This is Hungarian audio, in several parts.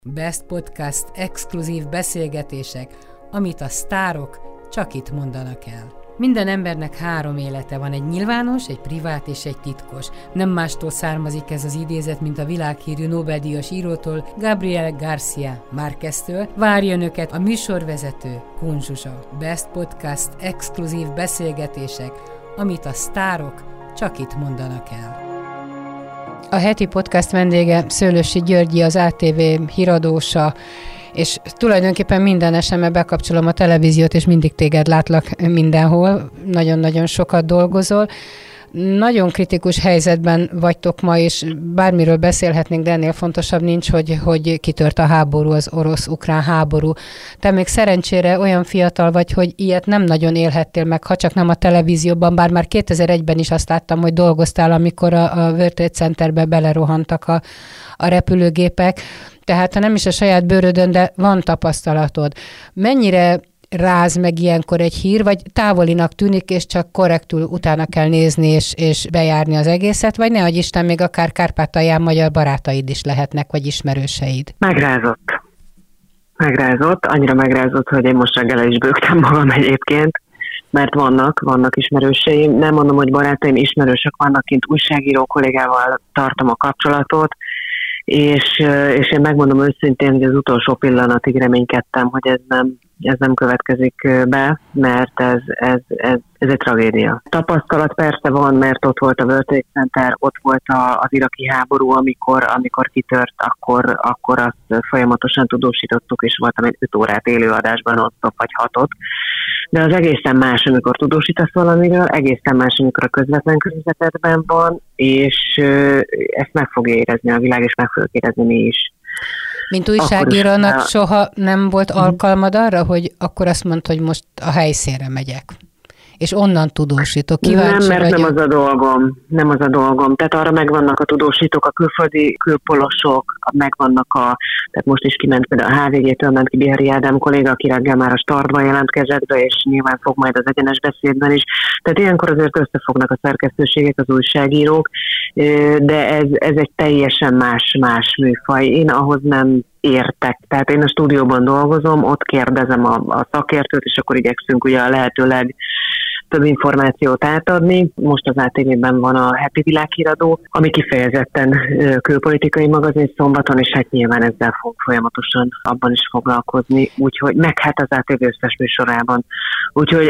Best Podcast exkluzív beszélgetések, amit a sztárok csak itt mondanak el. Minden embernek 3 élete van, egy nyilvános, egy privát és egy titkos. Nem mástól származik ez az idézet, mint a világhírű Nobel-díjas írótól, Gabriel García Márqueztől. Várja önöket a műsorvezető, Kun Zsuzsa. Best Podcast exkluzív beszélgetések, amit a sztárok csak itt mondanak el. A heti podcast vendége Szőlősi Györgyi, az ATV híradósa, és tulajdonképpen minden esembe bekapcsolom a televíziót, és mindig téged látlak mindenhol, nagyon-nagyon sokat dolgozol. Nagyon kritikus helyzetben vagytok ma, és bármiről beszélhetnénk, de ennél fontosabb nincs, hogy kitört a háború, az orosz-ukrán háború. Te még szerencsére olyan fiatal vagy, hogy ilyet nem nagyon élhettél meg, ha csak nem a televízióban, bár már 2001-ben is azt láttam, hogy dolgoztál, amikor a World Trade Centerbe belerohantak a repülőgépek. Tehát ha nem is a saját bőrödön, de van tapasztalatod. Mennyire ráz meg ilyenkor egy hír, vagy távolinak tűnik, és csak korrektül utána kell nézni, és bejárni az egészet, vagy ne adj Isten, még akár Kárpátalján magyar barátaid is lehetnek, vagy ismerőseid? Megrázott, annyira megrázott, hogy én most reggel is bőgtem magam egyébként, mert vannak ismerőseim, nem mondom, hogy barátaim, ismerősök vannak, kint újságíró kollégával tartom a kapcsolatot, és én megmondom őszintén, hogy az utolsó pillanatig reménykedtem, hogy ez nem következik be, mert ez egy tragédia. Tapasztalat persze van, mert ott volt a World Trade Center, ott volt az iraki háború, amikor kitört, akkor azt folyamatosan tudósítottuk, és voltam egy 5 órát élőadásban, ott vagy 6-ot. De az egészen más, amikor tudósítasz valamiről, egészen más, amikor a közvetlen környezetedben van, és ezt meg fogja érezni a világ, és meg fogjuk érezni mi is. Mint újságírónak soha nem volt alkalmad arra, hogy akkor azt mondta, hogy most a helyszínre megyek, és onnan tudósítok. Kíváncsi nem, mert vagyok. nem az a dolgom. Tehát arra megvannak a tudósítók, a külföldi külpolosok, megvannak tehát most is kiment például a HVG-től ment ki Bihari Ádám kolléga, aki reggel már a Startban jelentkezett be, és nyilván fog majd az egyenes beszédben is. Tehát ilyenkor azért összefognak a szerkesztőségek, az újságírók, de ez egy teljesen más műfaj. Én ahhoz nem értek. Tehát én a stúdióban dolgozom, ott kérdezem a szakértőt, és akkor igyekszünk ugye a lehetőleg több információt átadni. Most az ATV-ben van a Heti Világhíradó, ami kifejezetten külpolitikai magazin szombaton, és hát nyilván ezzel fog folyamatosan abban is foglalkozni, úgyhogy meg hát az ATV összes műsorában. Úgyhogy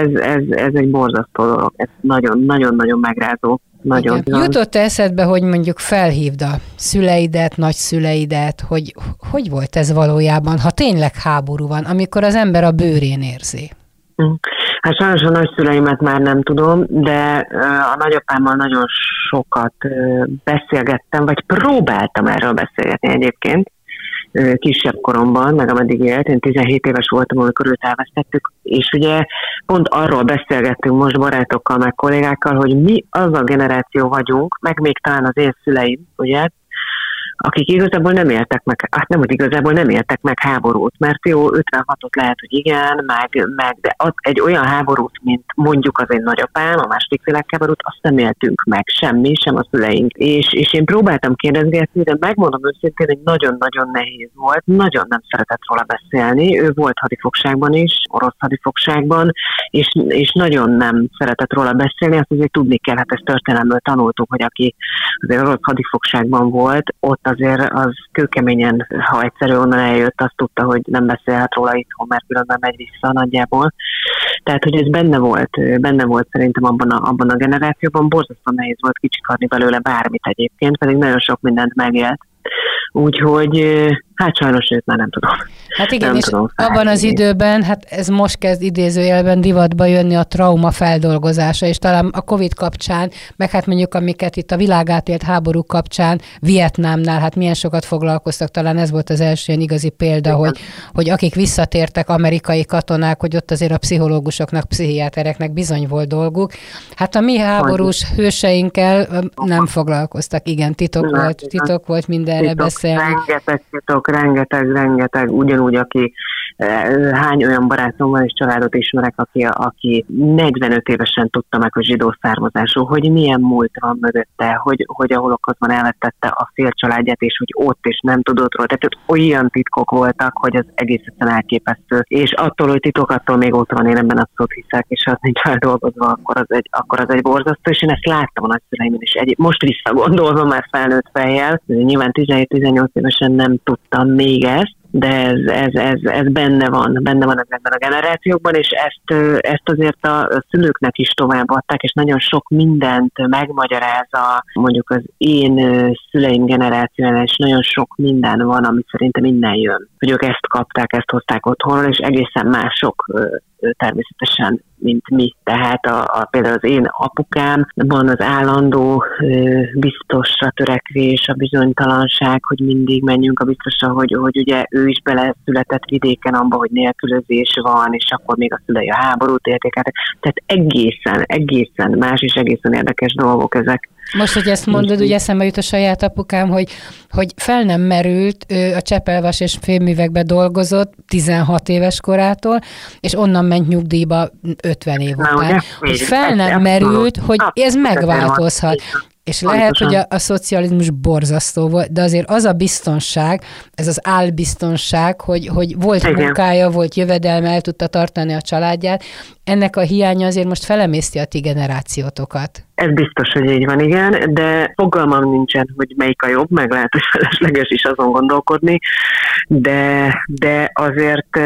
ez egy borzasztó dolog, ez nagyon-nagyon megrázó. Nagyon. Jutott eszedbe, hogy mondjuk felhívd a szüleidet, nagyszüleidet, hogy volt ez valójában, ha tényleg háború van, amikor az ember a bőrén érzi? Hát sajnos a nagyszüleimet már nem tudom, de a nagyapámmal nagyon sokat beszélgettem, vagy próbáltam erről beszélgetni egyébként, kisebb koromban, meg ameddig élt. Én 17 éves voltam, amikor őt elvesztettük, és ugye pont arról beszélgettünk most barátokkal, meg kollégákkal, hogy mi az a generáció vagyunk, meg még talán az én szüleim, ugye, akik igazából nem éltek meg, hogy igazából nem éltek meg háborút, mert jó, 56-ot lehet, hogy igen, meg de egy olyan háborút, mint mondjuk az én nagyapám, a második világháborút, azt nem éltünk meg, sem a szüleink. És én próbáltam kérdezgetni, de megmondom őszintén, hogy nagyon-nagyon nehéz volt, nagyon nem szeretett róla beszélni, ő volt hadifogságban is, orosz hadifogságban, és nagyon nem szeretett róla beszélni, azt azért tudni kell, hát ezt történelmből tanultuk, hogy aki azért orosz hadifogságban volt, ott azért az kőkeményen, ha egyszerű onnan eljött, azt tudta, hogy nem beszélhet róla itthon, mert különben megy vissza nagyjából. Tehát, hogy ez benne volt szerintem abban a generációban, borzasztóan nehéz volt kicsikarni belőle bármit egyébként, pedig nagyon sok mindent megélt. Úgyhogy hát sajnos őt már nem tudom. Hát igen, és abban az időben, hát ez most kezd idézőjelben divatba jönni a trauma feldolgozása, és talán a Covid kapcsán, meg hát mondjuk amiket itt a világ átélt háború kapcsán, Vietnámnál, hát milyen sokat foglalkoztak, talán ez volt az első ilyen igazi példa, hogy akik visszatértek, amerikai katonák, hogy ott azért a pszichológusoknak, pszichiátereknek bizony volt dolguk. Hát a mi háborús hőseinkkel nem foglalkoztak, igen, titok volt mindenre beszélni. Rengeteg, ugyanúgy, aki hány olyan barátom van és családot ismerek, aki 45 évesen tudta meg, hogy zsidó származású, hogy milyen múlt van mögötte, hogy a holokaustban elvetette a fél családját, és hogy ott és nem tudott róla. Tehát olyan titkok voltak, hogy az egészen elképesztő. És attól, hogy titok, attól még ott van, én ebben abszolút hiszek, és az nincs feldolgozva, akkor az egy borzasztó, és én ezt láttam a nagyszüleimen is. Most visszagondolva már felnőtt fejjel, nyilván 17-18 évesen nem tudtam még ezt, de ez benne van ezekben a generációkban, és ezt azért a szülőknek is továbbadták, és nagyon sok mindent megmagyaráz mondjuk az én szüleim generációjánál, és nagyon sok minden van, ami szerintem innen jön. Hogy ők ezt kapták, ezt hozták otthonról, és egészen mások természetesen, mint mi. Tehát például az én apukámban az állandó biztosra törekvés, a bizonytalanság, hogy mindig menjünk a biztosra, hogy ugye ő is beleszületett vidéken abba, hogy nélkülözés van, és akkor még a szülei a háborút élték át. Tehát egészen más és egészen érdekes dolgok ezek. Most, hogy ezt mondod, ugye eszembe jut a saját apukám, hogy fel nem merült, ő a Csepelvas és Fémművekben dolgozott 16 éves korától, és onnan ment nyugdíjba 50 év után. Hogy fel nem merült, hogy ez megváltozhat. És lehet, hogy a szocializmus borzasztó volt, de azért az a biztonság, ez az álbiztonság, hogy volt munkája, volt jövedelme, el tudta tartani a családját, ennek a hiánya azért most felemészti a ti generációtokat. Ez biztos, hogy így van, igen, de fogalmam nincsen, hogy melyik a jobb, meg lehet, hogy felesleges is azon gondolkodni, de azért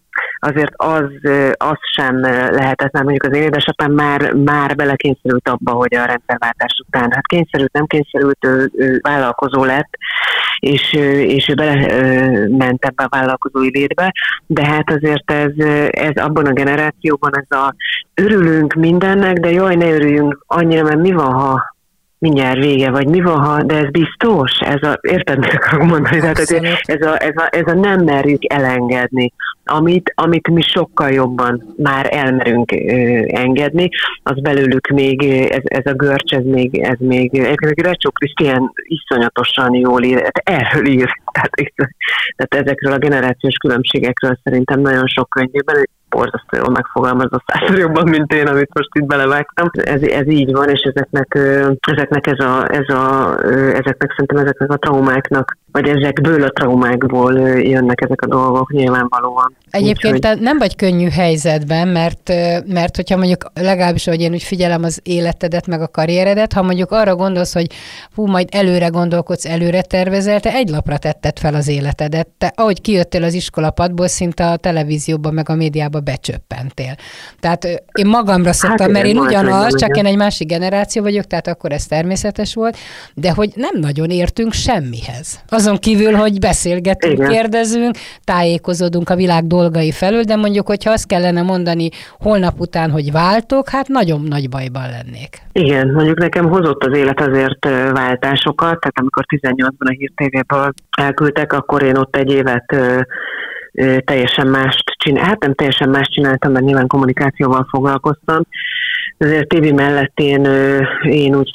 az sem lehetett, mert mondjuk az én édesapám már belekényszerült abba, hogy a rendszerváltás után, hát kényszerült, nem kényszerült, ő vállalkozó lett, és ő belement ebbe a vállalkozói létbe, de hát azért ez abban a generációban örülünk mindennek, de jaj, ne örüljünk annyira, mert mi van, ha mindjárt vége, vagy mi van, ha, de ez biztos, érted, mit akarok mondani, tehát ez a nem merjük elengedni, amit mi sokkal jobban már elmerünk engedni, az belőlük még, ez a görcs, ez még Recsó Krisztián iszonyatosan jól ír, erről ír, tehát ezekről a generációs különbségekről szerintem nagyon sok könyvében, borzasztó jól megfogalmazza százszor jobban, mint én, amit most itt belevágtam. Ez így van, és ezeknek szerintem ezeknek a traumáknak, vagy ezekből a traumákból jönnek ezek a dolgok nyilvánvalóan. Egyébként te nem vagy könnyű helyzetben, mert hogyha mondjuk legalábbis, ahogy én úgy figyelem az életedet, meg a karrieredet, ha mondjuk arra gondolsz, hogy majd előre gondolkodsz, előre tervezel, te egy lapra tetted fel az életedet. Te, ahogy kijöttél az iskolapadból, szinte a televízióban, meg a médiában becsöppentél. Tehát én magamra szoktam, mert én ugyanaz, csak én egy másik generáció vagyok, tehát akkor ez természetes volt, de hogy nem nagyon értünk semmihez. Azon kívül, hogy beszélgetünk, kérdezünk, tájékozódunk a világ dolgai felől, de mondjuk, hogyha azt kellene mondani holnap után, hogy váltok, hát nagyon nagy bajban lennék. Igen, mondjuk nekem hozott az élet azért váltásokat, tehát amikor 18-ban a Hír TV-ből elküldtek, akkor én ott egy évet teljesen mást csináltam. Hát nem teljesen mást csináltam, mert nyilván kommunikációval foglalkoztam. Azért tévé mellett én úgy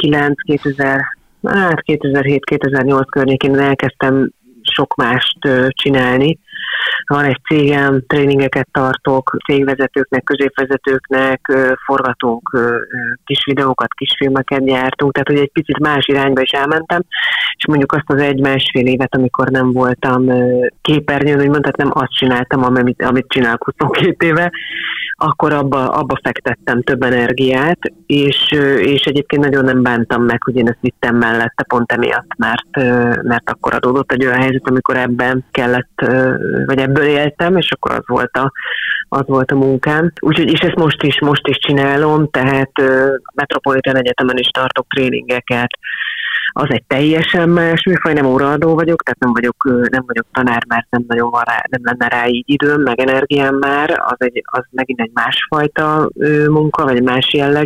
2007-2008 környékén elkezdtem sok mást csinálni. Van egy cégem, tréningeket tartok, cégvezetőknek, középvezetőknek, forgatunk kis videókat, kis filmeket gyártunk, tehát hogy egy picit más irányba is elmentem, és mondjuk azt az 1-1,5 évet, amikor nem voltam képernyőn, úgymond, tehát nem azt csináltam, amit csinálok 22 éve, akkor abba fektettem több energiát, és egyébként nagyon nem bántam meg, hogy én ezt vittem mellette pont emiatt, mert akkor adódott egy olyan helyzet, amikor ebben kellett, vagy ebből éltem, és akkor az volt a munkám. Úgyhogy, és ezt most is csinálom, tehát Metropolitan Egyetemen is tartok tréningeket. Az egy teljesen más műfaj, nem óraadó vagyok, tehát nem vagyok tanár, mert nem lenne rá így időm, meg energiám már, az megint egy másfajta munka, vagy más jellegű,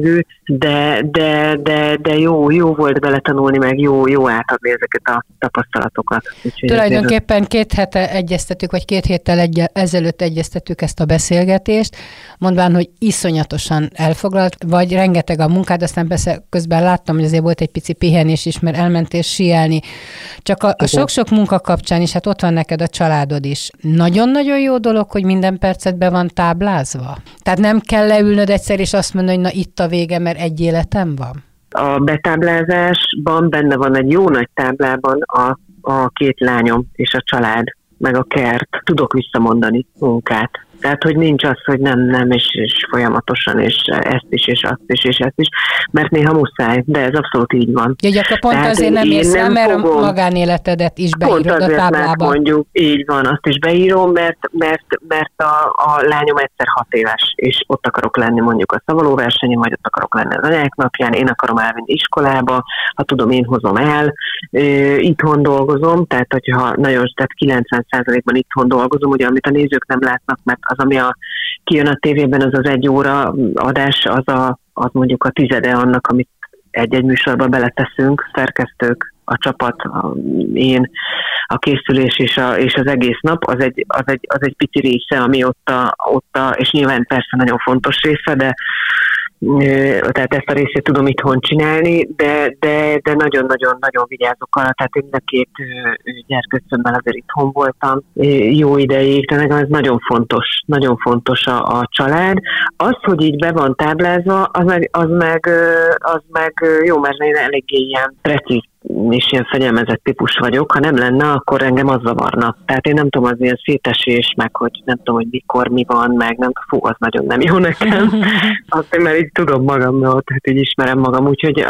de jó volt beletanulni, meg jó átadni ezeket a tapasztalatokat. Tulajdonképpen 2 hete egyeztettük, vagy 2 héttel ezelőtt egyeztettük ezt a beszélgetést, mondván, hogy iszonyatosan elfoglalt, vagy rengeteg a munkád, aztán persze közben láttam, hogy azért volt egy pici pihenés is, mert elmentél síelni. Csak a sok-sok munka kapcsán is, hát ott van neked a családod is. Nagyon-nagyon jó dolog, hogy minden percet be van táblázva. Tehát nem kell leülnöd egyszer, és azt mondani, hogy na itt a vége, mert egy életem van? A betáblázásban benne van egy jó nagy táblában a 2 lányom és a család, meg a kert. Tudok visszamondani munkát. Tehát, hogy nincs az, hogy nem, és folyamatosan, és ezt is, és azt is, és ezt is, mert néha muszáj, de ez abszolút így van. Ja, akkor pont tehát azért nem érsz el, mert a magánéletedet is beírod a táblába. Mondjuk, így van, azt is beírom, mert a lányom egyszer 6 éves, és ott akarok lenni mondjuk a szavalóversenyen, vagy ott akarok lenni az anyák napján, én akarom elvinni iskolába, ha tudom, én hozom el, itthon dolgozom, tehát hogyha tehát 90%-ban itthon dolgozom, ugye amit a nézők nem látnak, mert az, ami kijön a tévében, az 1 óra adás, az mondjuk a 10 annak, amit egy műsorba beleteszünk, szerkesztők, a csapat, én, a készülés és az egész nap, az egy pici része, ami ott és nyilván persze nagyon fontos része, de tehát ezt a részét tudom itthon csinálni, de nagyon-nagyon vigyázok arra, tehát én mind a 2 gyerkőcömmel azért itthon voltam jó ideig, tehát ez nagyon fontos a család. Az, hogy így be van táblázva, az meg jó, mert én eléggé ilyen precíz és ilyen fegyelmezett típus vagyok, ha nem lenne, akkor engem az zavarna. Tehát én nem tudom, az ilyen szétesés, meg hogy nem tudom, hogy mikor, mi van, meg nem, az nagyon nem jó nekem. Azt én már így tudom magamról, tehát így ismerem magam, úgyhogy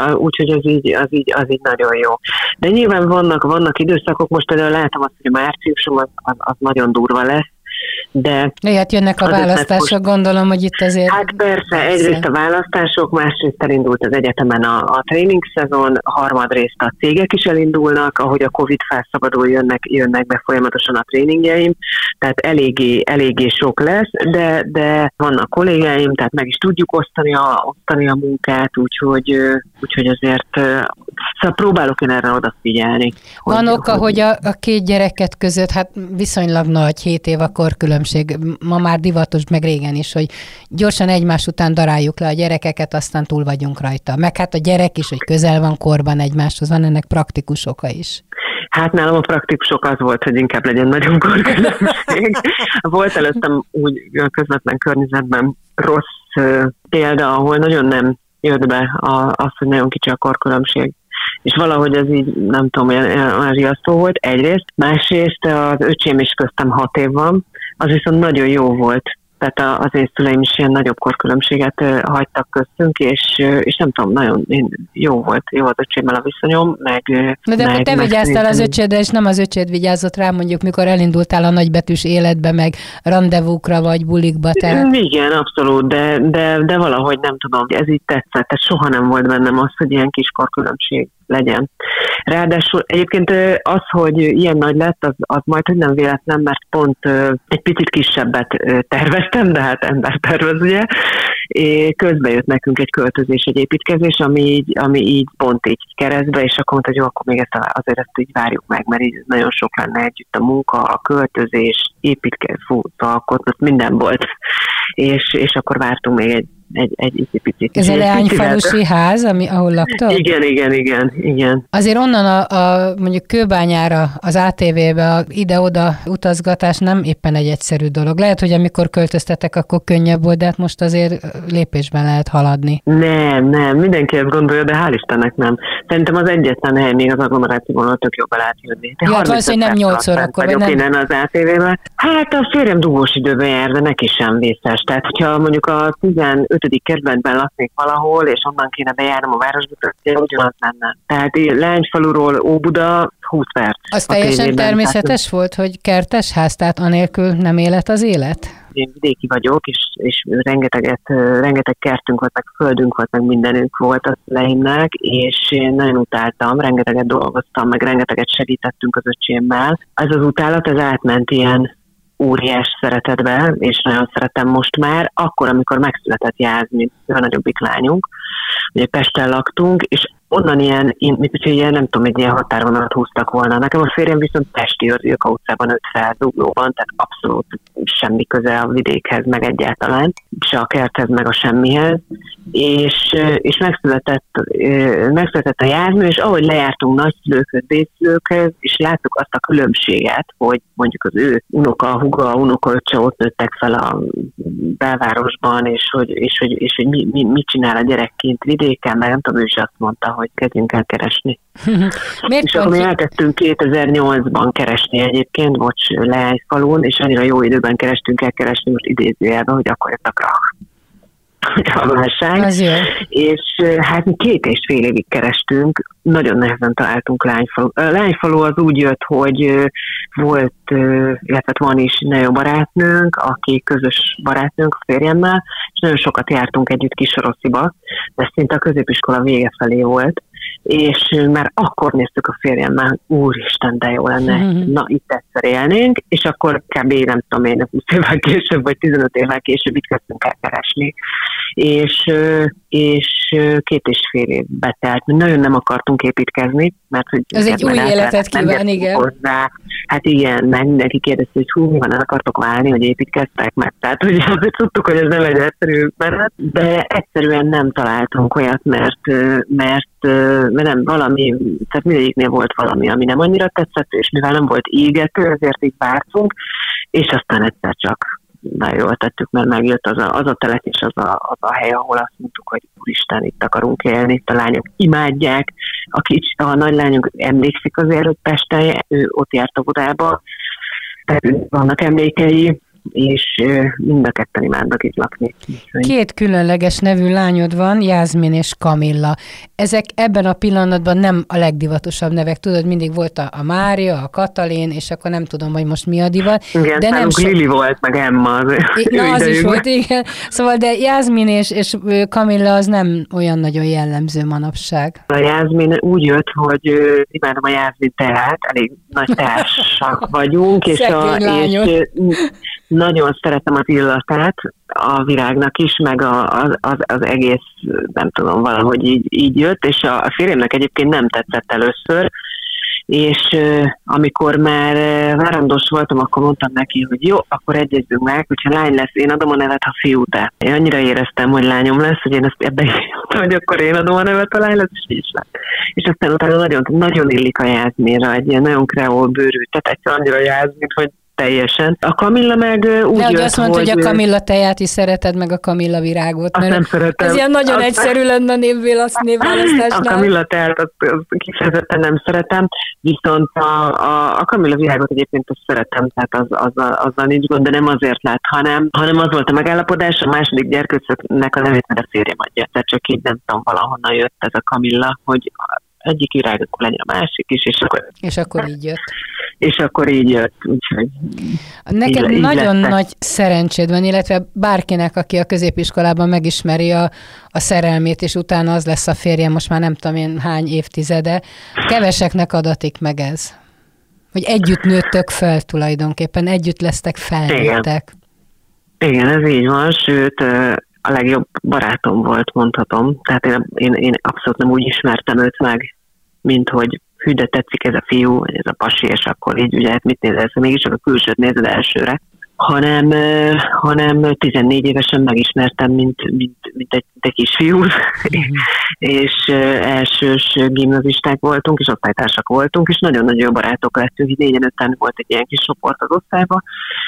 az így nagyon jó. De nyilván vannak időszakok, most például látom azt, hogy a márciusom az nagyon durva lesz, de... Hát jönnek a választások, gondolom, hogy itt azért... Hát persze, egyrészt a választások, másrészt elindult az egyetemen a tréning szezon, harmadrészt a cégek is elindulnak, ahogy a Covid felszabadul jönnek be folyamatosan a tréningjeim, tehát eléggé sok lesz, de vannak kollégáim, tehát meg is tudjuk osztani a munkát, úgyhogy azért szóval próbálok én erre odafigyelni. Van oka, hogy a 2 gyereket között, hát viszonylag nagy, 7 év a korkülönbség, ma már divatos, meg régen is, hogy gyorsan egymás után daráljuk le a gyerekeket, aztán túl vagyunk rajta. Meg hát a gyerek is, hogy közel van korban egymáshoz, van ennek praktikus oka is. Hát nálam a praktikus ok az volt, hogy inkább legyen nagyon korkülönbség. Volt előttem úgy a közvetlen környezetben rossz példa, ahol nagyon nem jött be az, hogy nagyon kicsi a korkülönbség. És valahogy ez így, nem tudom, olyan riasztó volt egyrészt. Másrészt az öcsém is köztem 6 év van, az viszont nagyon jó volt. Tehát az én szüleim is ilyen nagyobb korkülönbséget hagytak köztünk, és nem tudom, nagyon jó volt az öcsémmel a viszonyom, meg... De akkor te vigyáztál az öcsédre, és nem az öcséd vigyázott rá, mondjuk, mikor elindultál a nagybetűs életbe, meg randevúkra vagy bulikba, tehát... Igen, abszolút, de valahogy nem tudom, ez így tetszett, tehát soha nem volt bennem az, hogy ilyen kis korkülönbség legyen. Ráadásul egyébként az, hogy ilyen nagy lett, az majd, hogy nem véletlen, mert pont egy picit kisebbet terveztem, de hát ember tervez, ugye, és közben jött nekünk egy költözés, egy építkezés, ami így pont így keresztbe, és akkor mondta, hogy jó, akkor még azért ezt így várjuk meg, mert így nagyon sok lenne együtt a munka, a költözés, építkezés, alkotás, minden volt. És akkor vártunk még egy picit. Ez a leányfalusi ház, ahol laktok? Igen. Azért onnan mondjuk Kőbányára, az ATV-be ide-oda utazgatás nem éppen egy egyszerű dolog. Lehet, hogy amikor költöztetek, akkor könnyebb volt, de hát most azért lépésben lehet haladni. Nem, mindenki ezt gondolja, de hál' Istennek nem. Szerintem az egyetlen hely még az agglomerációban tök jobban lehet jönni. Hát valószínűleg nem 8 órakor, vagy nem? Innen az ATV-be. Hát a férjem dugós időben jár, de neki sem vészes. Tehát, hogyha mondjuk a 15. kerületben laknék valahol, és onnan kéne bejárnom a városba, ugyanaz lenne. Tehát Lányfaluról Óbuda 20 perc. Az teljesen természetes volt, hogy kertes ház, tehát anélkül nem élet az élet? Én vidéki vagyok, és rengeteg kertünk volt, meg földünk volt, meg mindenünk volt a szüleimnek, és én nagyon utáltam, rengeteget dolgoztam, meg rengeteget segítettünk az öcsémmel. Ez az utálat, ez átment ilyen óriás szeretetbe, és nagyon szeretem most már, akkor, amikor megszületett Jászmin, a nagyobbik lányunk, ugye Pesten laktunk, és onnan ilyen, nem tudom, egy ilyen határvonalat húztak volna. Nekem a férjem viszont pesti, az Ilka utcában 5 felzuglóban, tehát abszolút semmi köze a vidékhez, meg egyáltalán, se a kerthez, meg a semmihez. És megszületett a Jászmin, és ahogy lejártunk nagyszülőkhöz, dédszülőkhöz, és láttuk azt a különbséget, hogy mondjuk az ő unoka, húga, unokaöccse ott nőttek fel a belvárosban, és hogy mit csinál a gyerekként vidéken, mert nem tudom, ő is azt mondta, hogy kezdjünk el keresni. És akkor mi elkezdtünk 2008-ban keresni egyébként, Leányfalun, és annyira jó időben kerestünk el keresni, most idézőjelben, hogy akkor jött a válság. És hát mi 2,5 évig kerestünk, nagyon nehezen találtunk Lányfalu. Lányfalu az úgy jött, hogy volt, illetve van is nagyon barátnőnk, aki közös barátnőnk a férjemmel, és nagyon sokat jártunk együtt Kisarosziba, de szinte a középiskola vége felé volt, és már akkor néztük a férjemmel, úristen, de jó lenne, na itt egyszer élnénk, és akkor kb. Nem tudom én, 20 évvel később, vagy 15 évvel később itt kezdtünk el keresni, és 2,5 évbe telt. Mi nagyon nem akartunk építkezni, mert hogy... Ez egy új életet kíván, igen. Hozzá. Hát igen, meg mindenki kérdezte, hogy hú, van, el akartok válni, hogy építkeztek meg. Tehát ugye tudtuk, hogy ez nem egy egyszerű menet, de egyszerűen nem találtunk olyat, mert nem valami, tehát mindegyiknél volt valami, ami nem annyira tetszett, és mivel nem volt égető, ezért így vártunk, és aztán egyszer csak nagyon jól tettük, mert megjött az a telek, és az a hely, ahol azt mondtuk, hogy úristen, itt akarunk élni, itt a lányok imádják, a nagy lányunk emlékszik azért, hogy Pesten, ő ott járt a vodába, tehát vannak emlékei, és mind a ketten imádnak itt lakni. 2 különleges nevű lányod van, Jászmin és Kamilla. Ezek ebben a pillanatban nem a legdivatosabb nevek. Tudod, mindig volt a Mária, a Katalin, és akkor nem tudom, hogy most mi a divat. Igen, de nem Lili volt, meg Emma. Az is volt, igen. Szóval, de Jászmin és Kamilla az nem olyan nagyon jellemző manapság. A Jászmin úgy jött, hogy imádom a Jászmin teát, elég nagy társak vagyunk, és nagyon szeretem az illatát, a virágnak is, meg az egész, nem tudom, valahogy így jött, és a férjemnek egyébként nem tetszett először, és amikor már várandós voltam, akkor mondtam neki, hogy jó, akkor egyezzünk meg, hogyha lány lesz, én adom a nevet, ha fiú, de én annyira éreztem, hogy lányom lesz, hogy én ezt ebben írtam, hogy akkor én adom a nevet, a lány lesz, és így lett. És aztán utána nagyon, nagyon illik a Jászminra, egy ilyen nagyon kreol bőrű, tehát egyszer annyira Jászmin, hogy teljesen. A Kamilla meg úgy jött, azt mondta, hogy a Kamilla teját is szereted, meg a Kamilla virágot. Azt nem szeretem. Ez ilyen nagyon egyszerű lenne névválasztásnál. A Kamilla teát azt kifejezetten nem szeretem, viszont a Kamilla virágot egyébként azt szeretem, tehát azzal nincs gond, de nem azért lett, hanem az volt a megállapodás, a második gyerkőcöknek a nevét, mert a férjem adja. Tehát csak így nem tudom, valahonnan jött ez a Kamilla, hogy egyik virág, akkor legyen a másik is, és akkor így jött. És akkor így jött, úgyhogy... Neked nagyon nagy szerencséd van, illetve bárkinek, aki a középiskolában megismeri a szerelmét, és utána az lesz a férje, most már nem tudom én hány évtizede, keveseknek adatik meg ez. Hogy együtt nőttök fel tulajdonképpen, együtt lesztek felnőttek. Igen, ez így van, sőt, a legjobb barátom volt, mondhatom. Tehát én abszolút nem úgy ismertem őt meg, mint hogy hű, de tetszik ez a fiú, vagy ez a pasi, és akkor így ugye hát mit nézel, mégis csak a külsőt nézed elsőre, hanem 14 évesen megismertem, mint egy kisfiút, és elsős gimnazisták voltunk, és osztálytársak voltunk, és nagyon-nagyon jó barátok lettünk, így 4-5-en volt egy ilyen kis csoport az osztályban,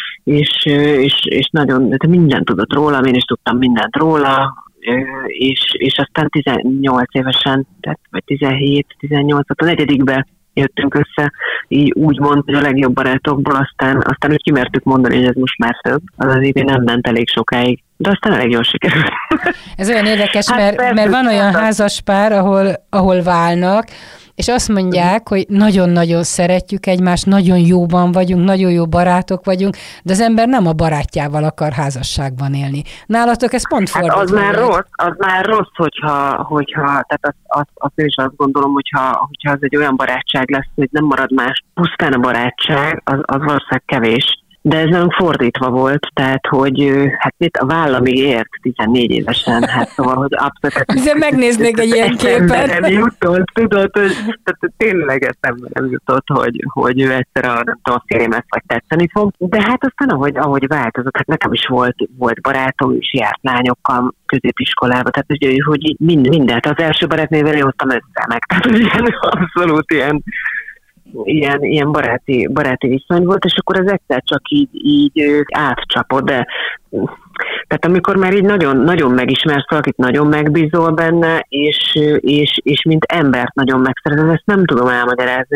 és nagyon, mindent tudott rólam, én is tudtam mindent róla, és aztán 18 évesen, tehát, vagy 17-18, a negyedikbe jöttünk össze, így úgy mond, hogy a legjobb barátokból, aztán úgy kimertük mondani, hogy ez most már több, az idén nem ment elég sokáig, de aztán elég jól sikerült. Ez olyan érdekes, mert van olyan házaspár, ahol válnak, és azt mondják, hogy nagyon-nagyon szeretjük egymást, nagyon jóban vagyunk, nagyon jó barátok vagyunk, de az ember nem a barátjával akar házasságban élni. Nálatok ez pont fordítva. Hát az már rossz, hogyha tehát azt én is azt gondolom, hogyha az egy olyan barátság lesz, hogy nem marad más, pusztán a barátság, az valószínűleg kevés. De ez nem fordítva volt, tehát, hogy hát mit a vállamig ért 14 évesen, hát szóval, hogy abszolút... Azért megnéznék egy ilyen képet. Nem jutott, tudod, hogy tényleg nem jutott, hogy ő egyszer a férjemet vagy tetteni fog. De hát aztán, ahogy változott, hát nekem is volt barátom, és járt lányokkal középiskolába, tehát hogy mindent. Az első barátnével hoztam össze meg, tehát ilyen abszolút ilyen baráti viszony volt, és akkor az egyszer csak így átcsapott, de tehát amikor már így nagyon, nagyon megismersz valakit, nagyon megbízol benne, és mint embert nagyon megszerezed, ezt nem tudom elmagyarázni,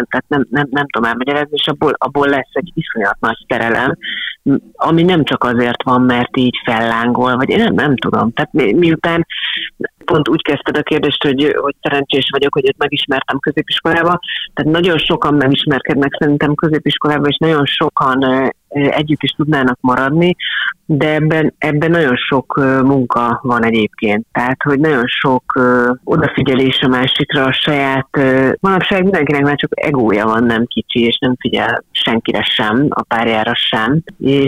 nem tudom elmagyarázni, és abból lesz egy iszonyat nagy szerelem, ami nem csak azért van, mert így fellángol, vagy én nem tudom. Tehát miután pont úgy kezdted a kérdést, hogy szerencsés vagyok, hogy őt megismertem középiskolában, tehát nagyon sokan megismerkednek szerintem középiskolában, és nagyon sokan együtt is tudnának maradni, de ebben nagyon sok munka van egyébként. Tehát, hogy nagyon sok odafigyelés a másikra, a saját, manapság mindenkinek már csak egója van, nem kicsi, és nem figyel senkire sem, a párjára sem.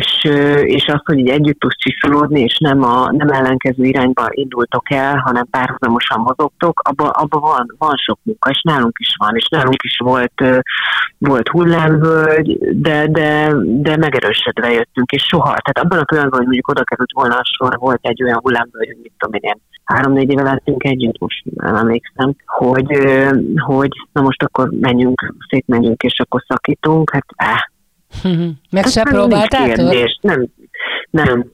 És azt, hogy így együtt tudsz csiszolódni, és nem ellenkező irányba indultok el, hanem párhuzamosan mozogtok, abban van sok munka, és nálunk is van, és nálunk is volt hullámvölgy, de megerősödve jöttünk, és soha. Tehát abban a pillanatban, hogy mondjuk oda került volna a sor, volt egy olyan hullámvölgy, hogy mit tudom én, 3-4 éve lettünk együtt, most nem emlékszem, hogy na most akkor szétmenjünk, és akkor szakítunk, hát Meg se próbáltátok? Nem.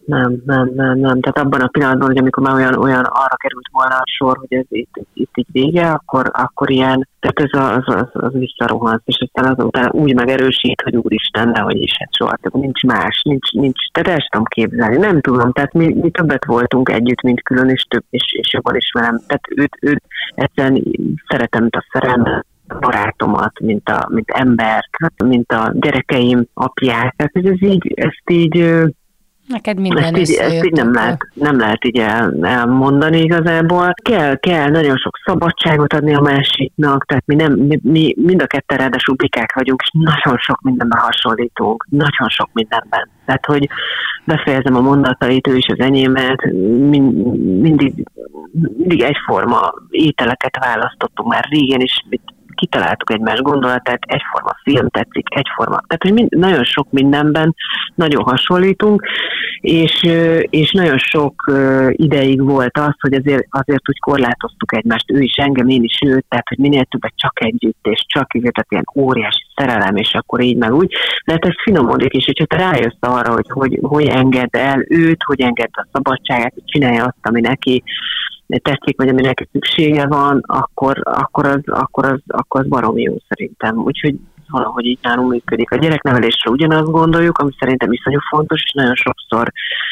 Tehát abban a pillanatban, hogy amikor már olyan arra került volna a sor, hogy ez itt így vége, akkor ilyen, tehát az visszarohansz, és aztán azután úgy megerősít, hogy úristen, de hogy is, hát soha, tehát nincs más, nincs, tehát el tudom képzelni, nem tudom, tehát mi többet voltunk együtt, mint külön, és több, és jobban ismerem, tehát őt egyszerűen szeretem, mint a szerelmet, barátomat, mint embert, mint a gyerekeim apját. Tehát ezt így neked minden ezt így nem lehet így elmondani igazából. Kell nagyon sok szabadságot adni a másiknak, tehát mi mind a ketten ráadásul bikák vagyunk, és nagyon sok mindenben hasonlítunk. Nagyon sok mindenben. Tehát, hogy befejezem a mondatait, ő is az enyémet, mindig egyforma ételeket választottunk már régen is, kitaláltuk egymás gondolatát, egyforma film tetszik, egyforma. Tehát, hogy nagyon sok mindenben nagyon hasonlítunk, és nagyon sok ideig volt az, hogy azért úgy korlátoztuk egymást, ő is engem, én is őt, tehát, hogy minél többet csak együtt, és csak így, tehát ilyen óriási szerelem, és akkor így meg úgy. De hát ez finomodik, és hogyha te rájössz arra, hogy engedd el őt, hogy engedd a szabadságát, hogy csinálja azt, ami neki tetszik, vagy ami neki szüksége van, akkor az baromi jó szerintem. Úgyhogy valahogy így nálunk működik. A gyereknevelésre ugyanazt gondoljuk, ami szerintem iszonyú fontos, és nagyon sokszor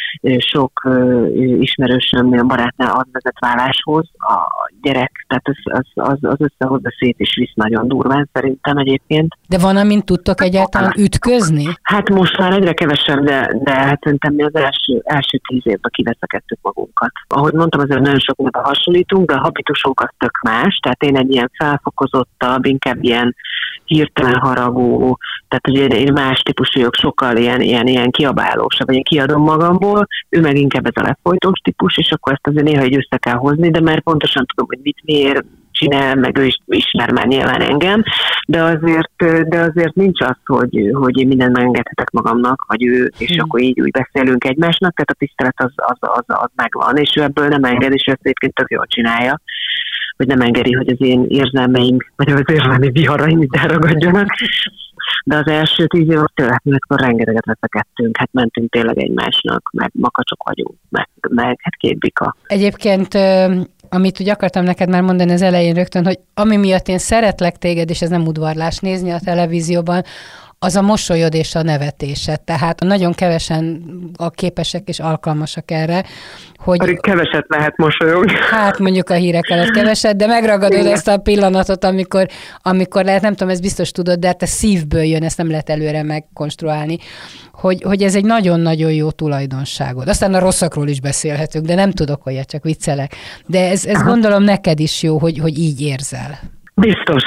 sok ismerősömnél, barátnál az vezet váláshoz. A gyerek, tehát az összehozza szét és visz nagyon durván szerintem egyébként. De van, amint tudtok egyáltalán ütközni? Hát most már egyre kevesebb, de hát szerintem mi az első 10 évben kiveszekedtük magunkat. Ahogy mondtam, azért nagyon sok mindenben hasonlítunk, de a habitusunk az tök más, tehát én egy ilyen felfokozottabb, inkább ilyen hirtelen haragú, tehát ugye én más típusú vagyok, sokkal ilyen kiabálósabb, vagy én kiadom magamból, ő meg inkább ez a lefolytós típus, és akkor ezt azért néha így össze kell hozni, de már pontosan tudom, hogy mit miért csinál, meg ő is ismer már nyilván engem, de azért nincs az, hogy én mindent megengedhetek magamnak, vagy ő, és akkor így úgy beszélünk egymásnak, tehát a tisztelet az megvan, és ő ebből nem enged, és ezt egyébként tök jól csinálja, hogy nem engedi, hogy az én érzelmeim, vagy az érzelmi viharaim itt elragadjanak. De az első 10 év tényleg, amikor rengeteget veszekedtünk, hát mentünk tényleg egymásnak, meg makacsok vagyunk, meg hát két bika. Egyébként, amit úgy akartam neked már mondani az elején rögtön, hogy ami miatt én szeretlek téged, és ez nem udvarlás nézni a televízióban, az a mosolyod és a nevetésed. Tehát nagyon kevesen a képesek és alkalmasak erre, hogy... Pedig keveset lehet mosolyogni. Hát mondjuk a hírek alatt keveset, de megragadod ezt a pillanatot, amikor lehet, nem tudom, ezt biztos tudod, de hát a szívből jön, ezt nem lehet előre megkonstruálni, hogy ez egy nagyon-nagyon jó tulajdonságod. Aztán a rosszakról is beszélhetünk, de nem tudok olyat, csak viccelek. De ez gondolom neked is jó, hogy így érzel. Biztos,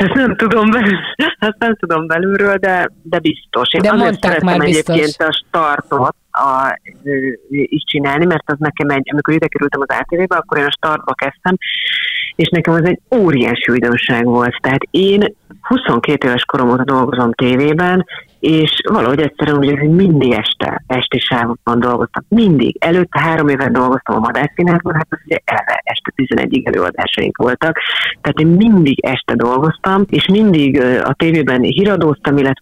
ezt nem tudom belülről, de biztos. Én de azért mondták már biztos. Egyébként a startot is csinálni, mert az nekem amikor ide kerültem az ATV-be, akkor én a startba kezdtem, és nekem az egy óriási újdonság volt. Tehát én 22 éves korom óta dolgozom tévében, és valahogy egyszerűen úgy, hogy mindig esti sávokban dolgoztam. Mindig. Előtte 3 évet dolgoztam a Madárszínházban, hát az ugye eleve este 11-ig előadásaink voltak. Tehát én mindig este dolgoztam, és mindig a tévében híradóztam, illetve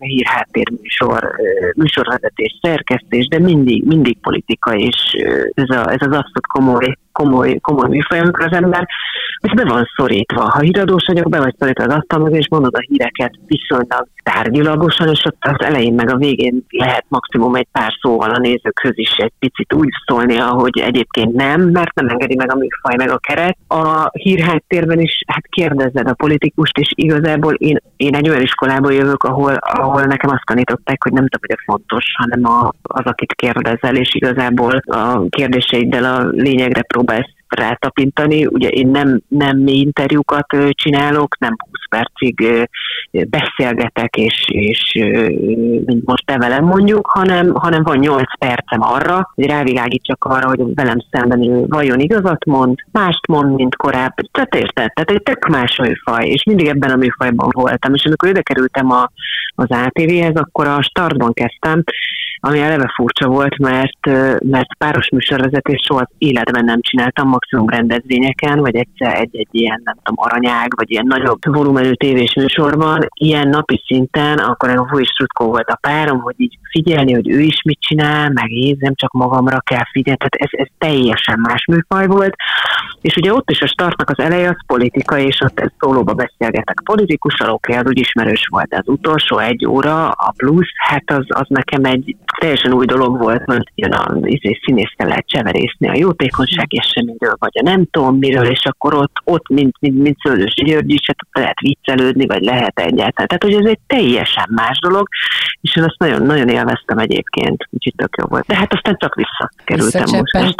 műsorvezetés, szerkesztés, de mindig politika, és ez az abszolút komoly műfaj, amikor az ember ez be van szorítva. Ha híradós vagyok, be vagy szorítva az asztalhoz, és mondod a híreket viszonylag tárgyilagosan, és ott az elején meg a végén lehet maximum egy pár szóval a nézőkhöz is egy picit úgy szólni, ahogy egyébként nem, mert nem engedi meg a műfaj, meg a keret. A hírháttérben is kérdezzed a politikust, és igazából én egy olyan iskolából jövök, ahol nekem azt tanították, hogy nem te vagy a fontos, hanem az, akit kérdezel, és igazából a kérdéseiddel a lényegre próbálsz rátapintani. Ugye én nem mély interjúkat csinálok, nem 20 percig beszélgetek, és mint most te velem mondjuk, hanem van 8 percem arra, hogy rávilágítsak arra, hogy velem szemben ő vajon igazat mond, mást mond, mint korábban. Tehát érted? Tehát egy tök más műfaj, és mindig ebben a műfajban voltam. És amikor ide kerültem az ATV-hez, akkor a startban kezdtem, ami eleve furcsa volt, mert páros műsorvezetést soha az életben nem csináltam, maximum rendezvényeken, vagy egyszer egy ilyen, nem tudom, aranyág, vagy ilyen nagyobb volumenű tévés műsorban, ilyen napi szinten, akkor a Fúj Strutkó volt a párom, hogy így figyelni, hogy ő is mit csinál, meg én nem csak magamra kell figyelni, tehát ez teljesen más műfaj volt, és ugye ott is a startnak az eleje az politika, és ott szólóba beszélgetek politikussal, oké, az úgy ismerős volt, de az utolsó 1 óra, a plusz, hát az nekem egy teljesen új dolog volt, hogy jön a színésztel lehet cseverészni a jótékonyság eseményről, vagy a nem tudom miről, és akkor ott mint Szőlősi György is, hát lehet viccelődni, vagy lehet egyáltalán. Tehát, hogy ez egy teljesen más dolog, és én azt nagyon-nagyon élveztem egyébként, úgyhogy tök jó volt. De hát aztán csak visszakerültem most.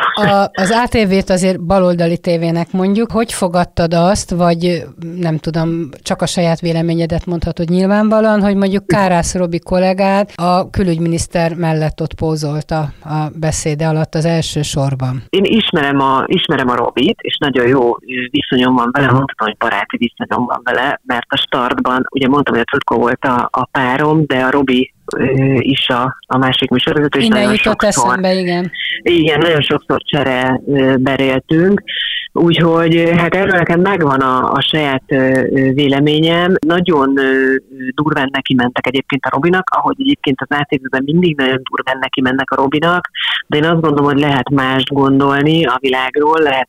Az ATV-t azért baloldali tévének mondjuk. Hogy fogadtad azt, vagy nem tudom, csak a saját véleményedet mondhatod nyilvánvalóan, hogy mondjuk Kárász Robi kollégát a külügyminiszter mellett ott pózolta a beszéde alatt az első sorban? Én ismerem a Robit, és nagyon jó viszonyom van vele, mondhatom, hogy baráti viszonyom van vele, mert a startban, ugye mondtam, hogy a Trutko volt a párom, de a Robi is a másik műsorvezető. Innen jutott eszembe, igen. Igen, nagyon sokszor csereberéltünk, úgyhogy hát erről nekem megvan a saját véleményem. Nagyon durván neki mentek egyébként a Robinak, ahogy egyébként az ATV-ben mindig nagyon durván neki mennek a Robinak, de én azt gondolom, hogy lehet mást gondolni a világról, lehet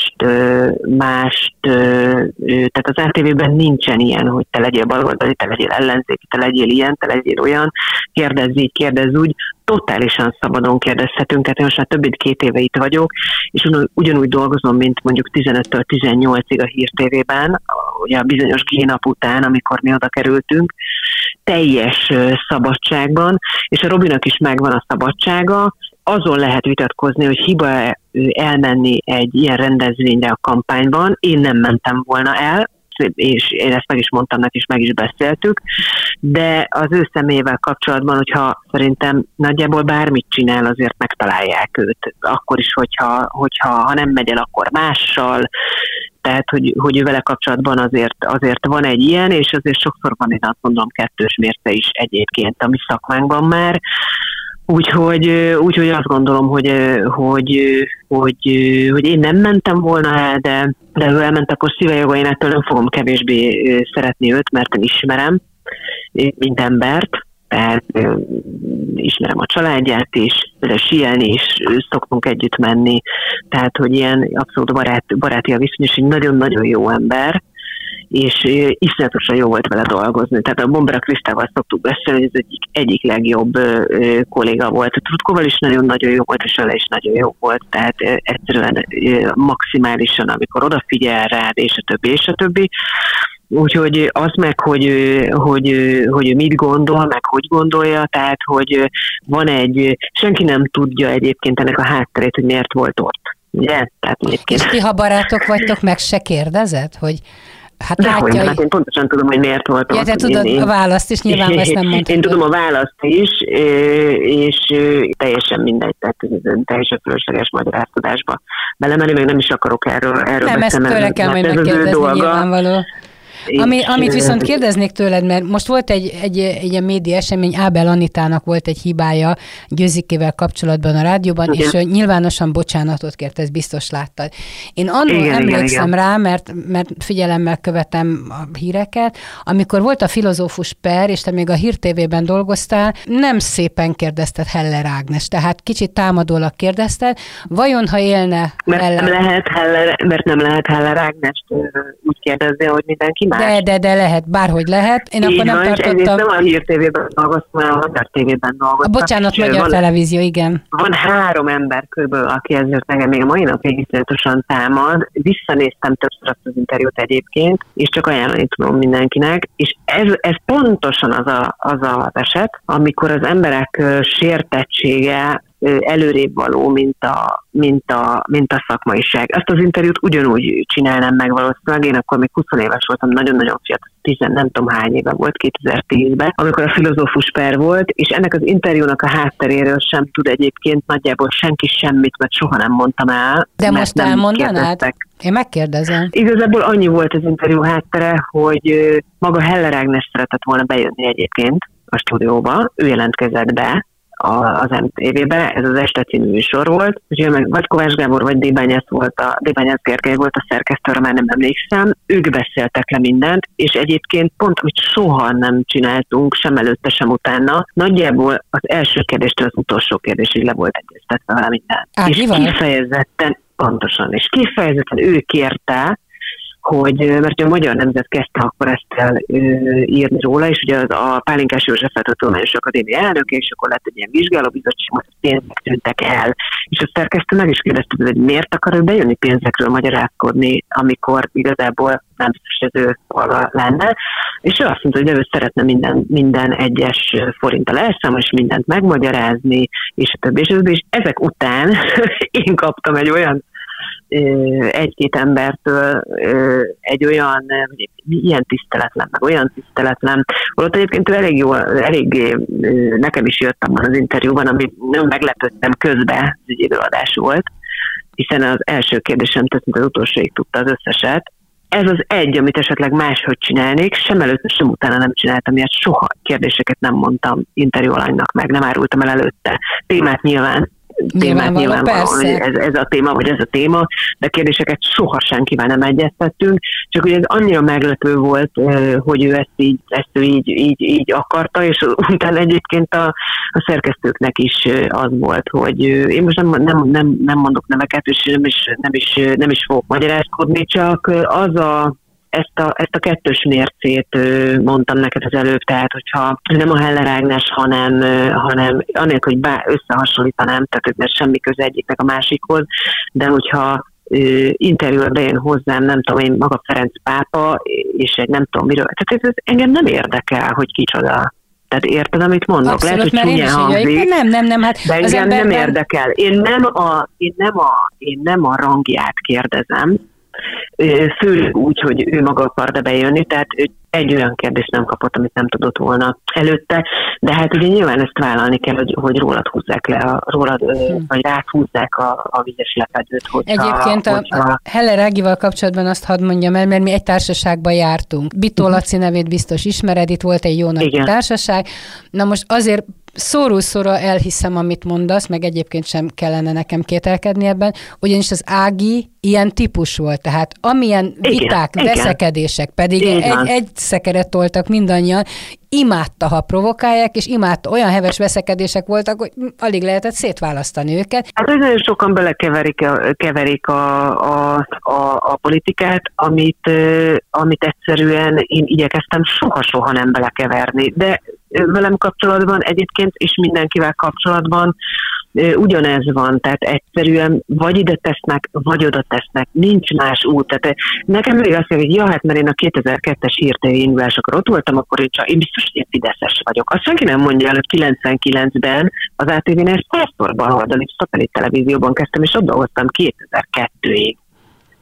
mást tehát az ATV-ben nincsen ilyen, hogy te legyél baloldali, te legyél ellenzéki, te legyél ilyen, te legyél olyan, kérdezz így, kérdezz úgy, totálisan szabadon kérdezhetünk, hát én most már több mint 2 éve itt vagyok, és ugyanúgy dolgozom, mint mondjuk 15-től 18-ig a Hír TV-ben, ugye a bizonyos G-nap után, amikor mi oda kerültünk, teljes szabadságban, és a Robinak is megvan a szabadsága, azon lehet vitatkozni, hogy hiba elmenni egy ilyen rendezvényre a kampányban, én nem mentem volna el, és én ezt meg is mondtam neki, és meg is beszéltük, de az ő személyével kapcsolatban, hogyha szerintem nagyjából bármit csinál, azért megtalálják őt. Akkor is, hogyha nem megy el, akkor mással, tehát, hogy ő vele kapcsolatban azért van egy ilyen, és azért sokszor van, én azt mondom, 2-ös mérce is egyébként a mi szakmánkban már. Úgyhogy azt gondolom, hogy én nem mentem volna el, de ő elment, akkor szíve joga, én ettől nem fogom kevésbé szeretni őt, mert én ismerem, mint embert, tehát ismerem a családját is, síelni is szoktunk együtt menni, tehát hogy ilyen abszolút baráti a viszony, és egy nagyon-nagyon jó ember, és iszonyatosan jó volt vele dolgozni. Tehát a Bombera Krisztával szoktuk beszélni, hogy ez egyik legjobb kolléga volt. A Trutkóval is nagyon-nagyon jó volt, és vele is nagyon jó volt. Tehát egyszerűen maximálisan, amikor odafigyel rád, és a többi. Úgyhogy az meg, hogy ő mit gondol, meg hogy gondolja, tehát hogy van senki nem tudja egyébként ennek a hátterét, hogy miért volt ott. Ugye? Tehát és ti, ha barátok vagytok, meg se kérdezed, hogy Hát látja, hát én pontosan tudom, hogy miért volt ott. Ja, te tudod a választ is, nyilván ezt nem mondtad. Én tudom a választ is, és teljesen mindegy, tehát teljesen fölösleges magyarázkodásba belemenni, még nem is akarok erről nem, ezt tőle kell majd megkérdezni, nyilvánvaló. Amit viszont kérdeznék tőled, mert most volt egy média esemény, Ábel Anitának volt egy hibája Győzikével kapcsolatban a rádióban, igen. És nyilvánosan bocsánatot kért, ezt biztos láttad. Én annól emlékszem rá, mert figyelemmel követem a híreket, amikor volt a filozófus per, és te még a Hír TV-ben dolgoztál, nem szépen kérdezted Heller Ágnes, tehát kicsit támadólag kérdezted, vajon ha élne mert nem lehet Heller Ágnest úgy kérdezni, hogy mindenki más. De lehet, bárhogy lehet. Én így akkor nem tartottam. Egyrészt nem a Hír TV-ben dolgoztam, hanem a Magyar TV-ben dolgoztam. Bocsánat, Magyar Televízió, igen. Van 3 ember körülbelül, aki ezért nekem még a mai napig iszonyatosan támad. Visszanéztem többször azt az interjút egyébként, és csak ajánlani tudom mindenkinek. És ez pontosan az eset, amikor az emberek sértettsége előrébb való, mint a szakmaiság. Ezt az interjút ugyanúgy csinálnám meg valószínűleg. Én akkor még 20 éves voltam, nagyon-nagyon fiatal, nem tudom hány éve volt, 2010-ben, amikor a filozófus per volt, és ennek az interjúnak a hátteréről sem tud egyébként nagyjából senki semmit, mert soha nem mondtam el. De most elmondanád? Én megkérdezem. Igazából annyi volt az interjú háttere, hogy maga Heller Ágnes szeretett volna bejönni egyébként a stúdióba, ő jelentkezett be az MTV-be, ez az Este című műsor volt, úgyhogy meg vagy Kovács Gábor, vagy Débányász Gergely volt a szerkesztőre, már nem emlékszem, ők beszéltek le mindent, és egyébként pont, amit soha nem csináltunk, sem előtte, sem utána, nagyjából az első kérdéstől az utolsó kérdésig le volt egyeztetve vele minden. És kifejezetten, pontosan, és kifejezetten ő kérte, mert a Magyar Nemzet kezdte akkor ezt írni róla, és ugye a Pálinkás József a Tudományos Akadémia elnöke, és akkor lett egy ilyen vizsgálóbizottság, hogy pénzek tűntek el. És a szerkesztő meg is kérdezte, hogy miért akar ő bejönni pénzekről magyarázkodni, amikor igazából nem biztos, hogy ő lenne. És ő azt mondta, hogy ő szeretne minden egyes forinttal elszámolni, és mindent megmagyarázni, és a többi. És ezek után én kaptam egy olyan egy-két embertől egy olyan, ilyen tiszteletlen, meg olyan tiszteletlen. Holott egyébként ő elég nekem is jött abban az interjúban, ami nem meglepődtem közben, ez egy időadás volt, hiszen az első kérdésem tett, mint az utolsóig tudta az összeset. Ez az egy, amit esetleg máshogy csinálnék, sem előtte, sem utána nem csináltam, miért soha kérdéseket nem mondtam interjú alanynak meg, nem árultam el előtte. Témát nyilvánvalóan, hogy ez a téma, vagy ez a téma, de kérdéseket soha senkivel nem egyeztettünk, csak ugye ez annyira meglepő volt, hogy ő ezt így akarta, és utána egyébként a szerkesztőknek is az volt, hogy én most nem mondok neveket, és nem is fogok magyarázkodni, csak ezt a kettős mércét mondtam neked az előbb, tehát hogyha nem a Heller Ágnes, hanem anélkül, hogy összehasonlítanám, tehát mert semmi köze egyiknek a másikhoz, de hogyha interjúra bejön hozzám, nem tudom én, maga Ferenc pápa, és egy nem tudom miről, tehát ez engem nem érdekel, hogy kicsoda. Tehát érted, amit mondok? Abszolút, lehet, hogy csúnyán hangzik, nem, hát de engem nem érdekel. Én nem a rangját kérdezem, főleg úgy, hogy ő maga akar bejönni, tehát egy olyan kérdést nem kapott, amit nem tudott volna előtte, de hát ugye nyilván ezt vállalni kell, hogy rólad húzzák le, vagy ráthúzzák a vizes lepedőt. Egyébként a Heller Ágival kapcsolatban azt hadd mondjam el, mert mi egy társaságban jártunk. Bitó Laci nevét biztos ismered, itt volt egy jó nagy társaság. Na most azért szóról-szóra elhiszem, amit mondasz, meg egyébként sem kellene nekem kételkedni ebben, ugyanis az Ági ilyen típus volt, tehát amilyen viták, veszekedések, pedig egy szekeret toltak mindannyian, imádta, ha provokálják, és imádta, olyan heves voltak, hogy alig lehetett szétválasztani őket. Hát nagyon sokan belekeverik a politikát, amit egyszerűen én igyekeztem soha nem belekeverni, de velem kapcsolatban egyébként, és mindenkivel kapcsolatban ugyanez van, tehát egyszerűen vagy ide tesznek, vagy oda tesznek, nincs más út. Tehát nekem mindig azt mondja, hogy mert én a 2002-es Hír TV indulásokor ott voltam, akkor én biztos, hogy én fideszes vagyok. Azt senki nem mondja el, hogy 99-ben az ATV-nél 100-szor baloldali szatellit televízióban kezdtem, és ott dolgoztam 2002-ig.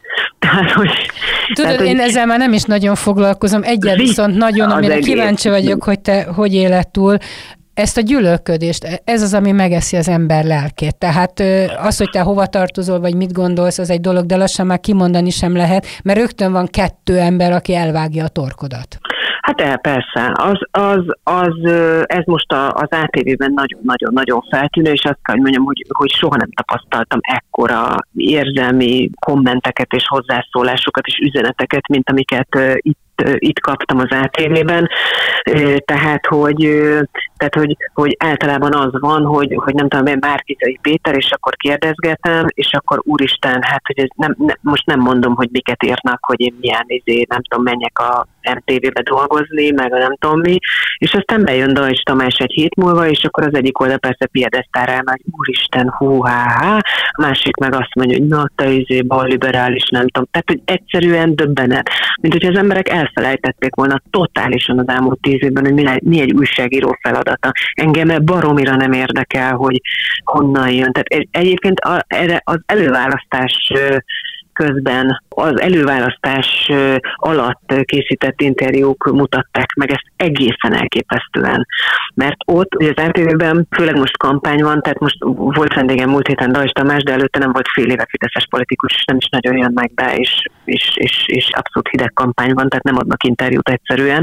Tudod, én ezzel már nem is nagyon foglalkozom, viszont nagyon, amire kíváncsi vagyok, hogy te hogy éled túl, ezt a gyűlölködést, ez az, ami megeszi az ember lelkét. Tehát az, hogy te hova tartozol, vagy mit gondolsz, az egy dolog, de lassan már kimondani sem lehet, mert rögtön van 2 ember, aki elvágja a torkodat. Hát persze, ez most az ATV-ben nagyon-nagyon feltűnő, és azt kell, hogy mondjam, hogy soha nem tapasztaltam ekkora érzelmi kommenteket és hozzászólásokat és üzeneteket, mint amiket itt kaptam az ATV-ben, tehát hogy általában az van, hogy nem tudom, én Márki-Zay Péter, és akkor kérdezgetem, és akkor úristen, hát hogy ez most nem mondom, hogy miket írnak, hogy én milyen nem tudom, menjek a MTV-be dolgozni, meg a nem tudom mi, és aztán bejön Dajcs Tamás egy hét múlva, és akkor az egyik oldal persze piedesztára elmegy, úristen, a másik meg azt mondja, hogy na, te balliberális, nem tudom, tehát hogy egyszerűen döbbenet, mint hogyha az emberek elfelejtették volna totálisan az elmúlt 10 évben, hogy mi egy újságíró feladata. Engem baromira nem érdekel, hogy honnan jön. Tehát egyébként az előválasztás közben az előválasztás alatt készített interjúk mutatták meg ezt egészen elképesztően. Mert ott, ugye az RTV-ben főleg most kampány van, tehát most volt vendégem múlt héten Dajcs Tamás, de előtte nem volt fél éve fideszes politikus, és nem is nagyon jön meg be, és abszolút hideg kampány van, tehát nem adnak interjút egyszerűen.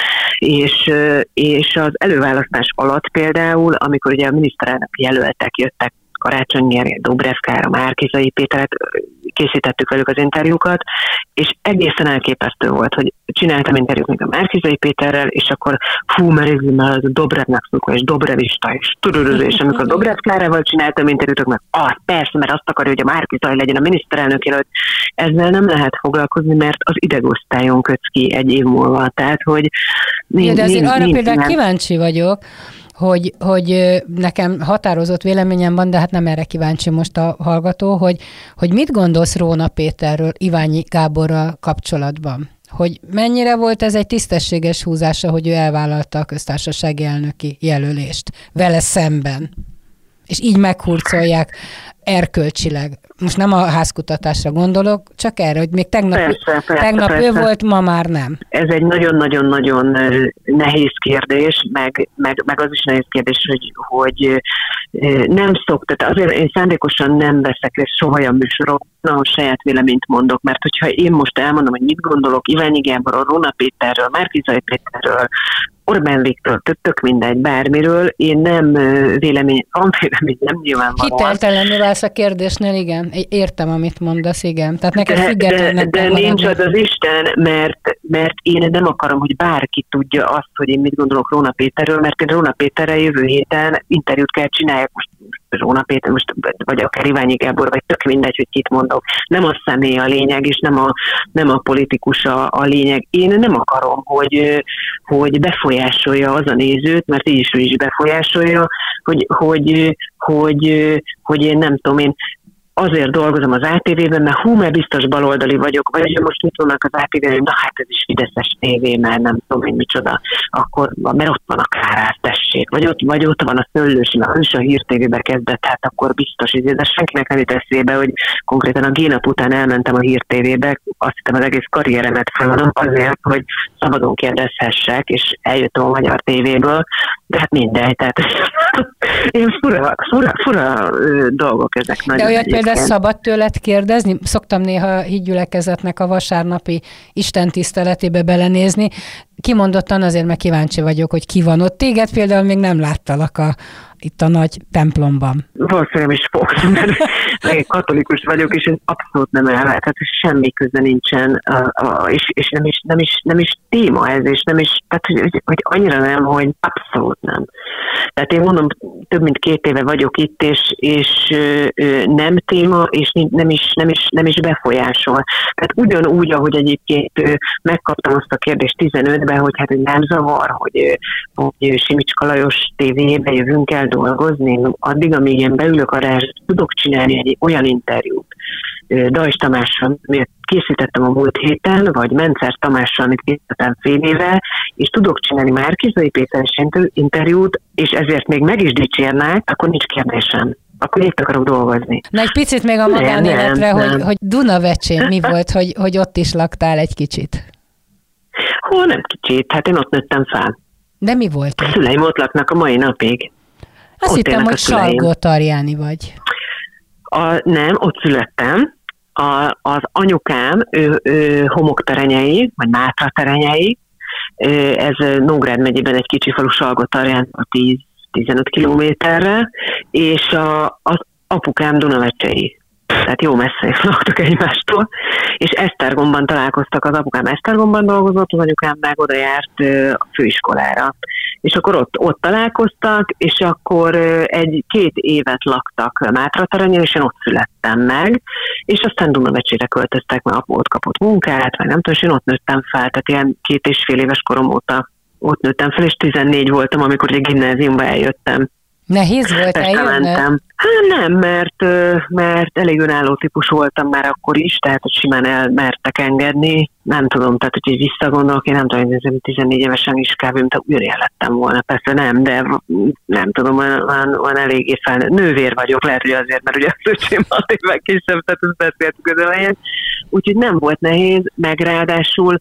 És az előválasztás alatt például, amikor ugye a miniszterelnök jelöltek jöttek Karácsony Gergely, Dobrev Klára, Márki-Zay Péteret, készítettük velük az interjúkat, és egészen elképesztő volt, hogy csináltam interjút még a Márki-Zay Péterrel, és akkor mert ez a Dobrevnek szokva, és Dobrevista, és amikor Dobrev Klárával csináltam interjútok, meg persze, mert azt akarja, hogy a Márki-Zay legyen a miniszterelnök jelölt. Ezzel nem lehet foglalkozni, mert az idegosztályon kötsz ki egy év múlva. Tehát, hogy de azért arra például kíváncsi vagyok, hogy nekem határozott véleményem van, de hát nem erre kíváncsi most a hallgató, hogy mit gondolsz Róna Péterről Iványi Gáborral kapcsolatban? Hogy mennyire volt ez egy tisztességes húzása, hogy ő elvállalta a köztársasági elnöki jelölést vele szemben? És így meghurcolják erkölcsileg. Most nem a házkutatásra gondolok, csak erre, hogy még tegnap ő volt, ma már nem. Ez egy nagyon-nagyon-nagyon nehéz kérdés, meg az is nehéz kérdés, hogy nem tehát azért én szándékosan nem veszek részt soha olyan műsorok, ahol saját véleményt mondok, mert hogyha én most elmondom, hogy mit gondolok Iványi Gáborról, Róna Péterről, Márki-Zay Péterről, Orbán Viktor, tök mindegy, bármiről, én nem van vélemény, nem nyilvánvalóan. Hiteltelenül válsz a kérdésnél, igen. Értem, amit mondasz, igen. Tehát neked függetlennek de nincs az Isten, mert én nem akarom, hogy bárki tudja azt, hogy én mit gondolok Róna Péterről, mert én Róna Péterrel jövő héten interjút kell csináljak, most Róna Péter, vagy akár Iványi Gábor, vagy tök mindegy, hogy kit mondok. Nem a személy a lényeg, és nem a politikus a lényeg. Én nem akarom, hogy befolyásolja az a nézőt, mert így is befolyásolja, hogy én nem tudom, én azért dolgozom az ATV-ben, mert biztos baloldali vagyok, vagy most mit mondnak az ATV-ben, hogy na hát ez is fideszes tévé, mert nem tudom én micsoda, akkor, mert ott van a Kárár, tessék, vagy ott van a Szöllősi, mert az is a Hír TV-be kezdett, hát akkor biztos, de senkinek nem jut eszébe, hogy konkrétan a G-nap után elmentem a Hír TV-be, azt hittem az egész karrieremet feladom azért, hogy szabadon kérdezhessek, és eljöttem a Magyar TV-ből, de hát mindegy, tehát ilyen fura dolgok ezek nagyon. De olyat például szabad tőled kérdezni? Szoktam néha hídgyülekezetnek a vasárnapi istentiszteletébe belenézni. Kimondottan azért, mert kíváncsi vagyok, hogy ki van ott. Téged például még nem láttalak itt a nagy templomban. Valószínűleg is fogsz, mert katolikus vagyok, és ez abszolút nem elvált. Tehát semmi köze nincsen, és nem is téma ez, és nem is, tehát hogy annyira nem, hogy abszolút nem. Tehát én mondom, több mint 2 éve vagyok itt, és nem téma, és nem is befolyásol. Tehát ugyanúgy, ahogy egyébként megkaptam azt a kérdést 15-ben, hogy hát nem zavar, hogy Simicska Lajos tévébe jövünk el dolgozni, addig, amíg én beülök arra, tudok csinálni egy olyan interjút Dajcs Tamással, amit készítettem a múlt héten, vagy Mencer Tamással, amit készítettem fél éve, és tudok csinálni Márki-Zay Péteres interjút, és ezért még meg is dicsérnek, akkor nincs kérdésem. akkor itt akarok dolgozni. Na egy picit még a magánéletre, hogy Dunavecsén mi volt, hogy ott is laktál egy kicsit? Nem kicsit, hát én ott nőttem fel. De mi volt? A szüleim ott laknak a mai napig. Azt hittem, hogy Salgótarjáni vagy. Nem, ott születtem. Az anyukám, ő Homokterenyei, vagy Mátraterenyei, ez Nógrád megyében egy kicsi falu Salgótarján 10-15 kilométerre, és az apukám Dunavecsei. Tehát jó messze laktak egymástól, és Esztergomban találkoztak, az apukám Esztergomban dolgozott, az anyukám meg oda járt a főiskolára. És akkor ott találkoztak, és akkor 1-2 évet laktak Mátraterenyen, és én ott születtem meg, és aztán Dunavecsére költöztek, mert apu ott kapott munkát, vagy nem tudom, és én ott nőttem fel, tehát ilyen 2,5 éves korom óta ott nőttem fel, és 14 voltam, amikor egy gimnáziumba eljöttem. Nehéz volt eljönnöd? Hát nem, mert elég önálló típus voltam már akkor is, tehát hogy simán elmertek engedni. Nem tudom, tehát hogy visszagondolok, én nem tudom, hogy 14 évesen is kb. Mint ugyanilyen lettem volna. Persze nem, de nem tudom, van eléggé felnőtt. Nővér vagyok, lehet, hogy azért, mert ugye az öcsém 6 évvel kisebb, tehát ezt beszéltük az elején. Úgyhogy nem volt nehéz, meg ráadásul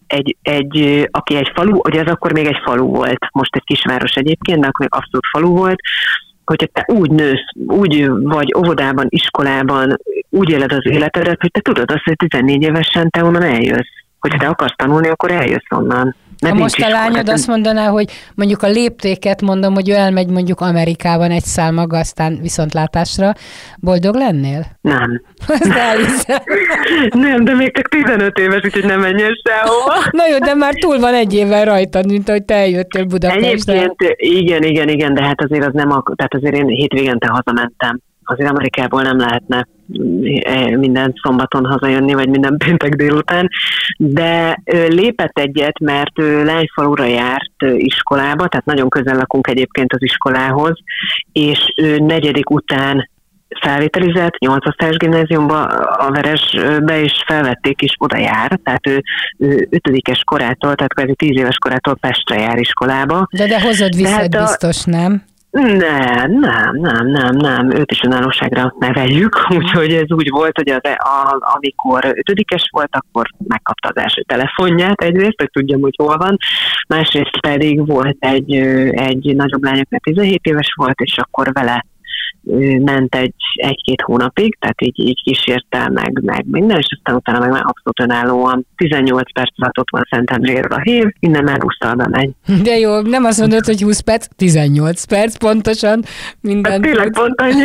aki egy falu, ugye az akkor még egy falu volt, most egy kisváros egyébként, de akkor még abszolút falu volt, hogyha te úgy nősz, úgy vagy óvodában, iskolában, úgy éled az életedet, hogy te tudod azt, hogy 14 évesen te onnan eljössz. Hogyha te akarsz tanulni, akkor eljössz onnan. Ha most a lányod azt mondaná, hogy mondjuk a léptéket mondom, hogy ő elmegy mondjuk Amerikában egy szál maga, aztán viszontlátásra, boldog lennél? Nem. Ezt elhiszem. Nem, de még csak 15 éves, úgyhogy nem menjen sehova. Na jó, de már túl van egy évvel rajtad, mint ahogy te eljöttél Budapestre. Egyébként igen, de hát azért az nem, tehát azért én hétvégente hazamentem. Azért Amerikából nem lehetne minden szombaton hazajönni, vagy minden péntek délután, de lépett egyet, mert Lányfalura járt iskolába, tehát nagyon közel lakunk egyébként az iskolához, és 4. után felvételizett 8 osztályos gimnáziumba, a Veresbe, és felvették, és oda jár, tehát ő 5-es korától, tehát kb. 10 éves korától Pestre jár iskolába. De hozod vissza biztos, nem? Nem, őt is önállóságra neveljük, úgyhogy ez úgy volt, hogy amikor 5-es volt, akkor megkapta az első telefonját egyrészt, hogy tudjam, hogy hol van, másrészt pedig volt egy nagyobb lány, mert 17 éves volt, és akkor vele ment 1-2 hónapig, tehát így kísérte meg minden, és aztán utána meg már abszolút önállóan 18 perc alatt ott van Szentendréről a hív, innen már busszal megy. De jó, nem azt mondod, hogy 20 perc, 18 perc pontosan minden. Hát tényleg pont annyi.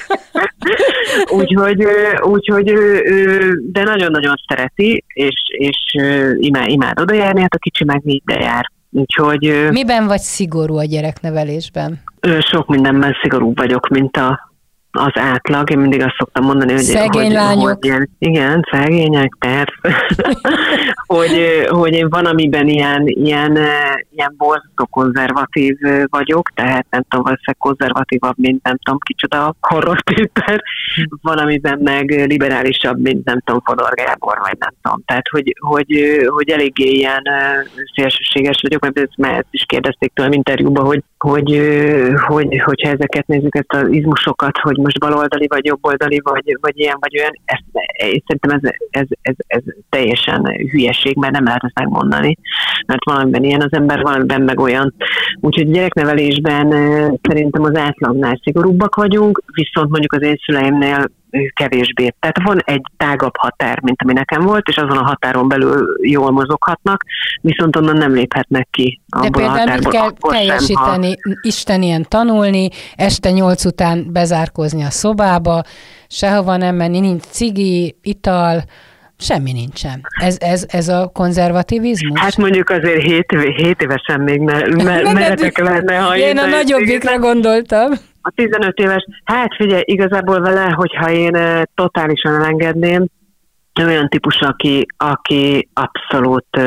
úgyhogy de nagyon-nagyon szereti, és imád oda járni, hát a kicsi meg ide jár. Úgyhogy, miben vagy szigorú a gyereknevelésben? Sok mindenben szigorúbb vagyok, mint az átlag. Én mindig azt szoktam mondani, hogy szegény lányok. Igen, szegények, persze. hogy én van, amiben ilyen borzasztó konzervatív vagyok, tehát nem tudom, valószínűleg konzervatívabb, mint nem tudom, kicsoda Horror Péter, van, amiben meg liberálisabb, mint nem tudom, Fodor Gábor, vagy nem tudom. Tehát, hogy eléggé ilyen szélsőséges vagyok, mert ezt is kérdezték tőlem interjúban, hogyha ezeket nézzük, ezt az izmusokat, hogy most baloldali, vagy jobboldali, vagy ilyen, vagy olyan, szerintem ez teljesen hülyeség, mert nem lehet ezt megmondani, mert valamiben ilyen az ember, valamiben meg olyan. Úgyhogy gyereknevelésben szerintem az átlagnál szigorúbbak vagyunk, viszont mondjuk az én szüleimnél kevésbé. Tehát van egy tágabb határ, mint ami nekem volt, és azon a határon belül jól mozoghatnak, viszont onnan nem léphetnek ki abból a határból. De például mit kell teljesíteni, istenien tanulni, este 8 után bezárkózni a szobába, sehova nem menni, nincs cigi, ital, semmi nincsen. Ez a konzervativizmus? Hát mondjuk azért 7 évesen még meretek lenne, ha én a nagyobbikra gondoltam. A 15 éves, hát figyelj, igazából vele, hogyha én totálisan elengedném, olyan típus, aki abszolút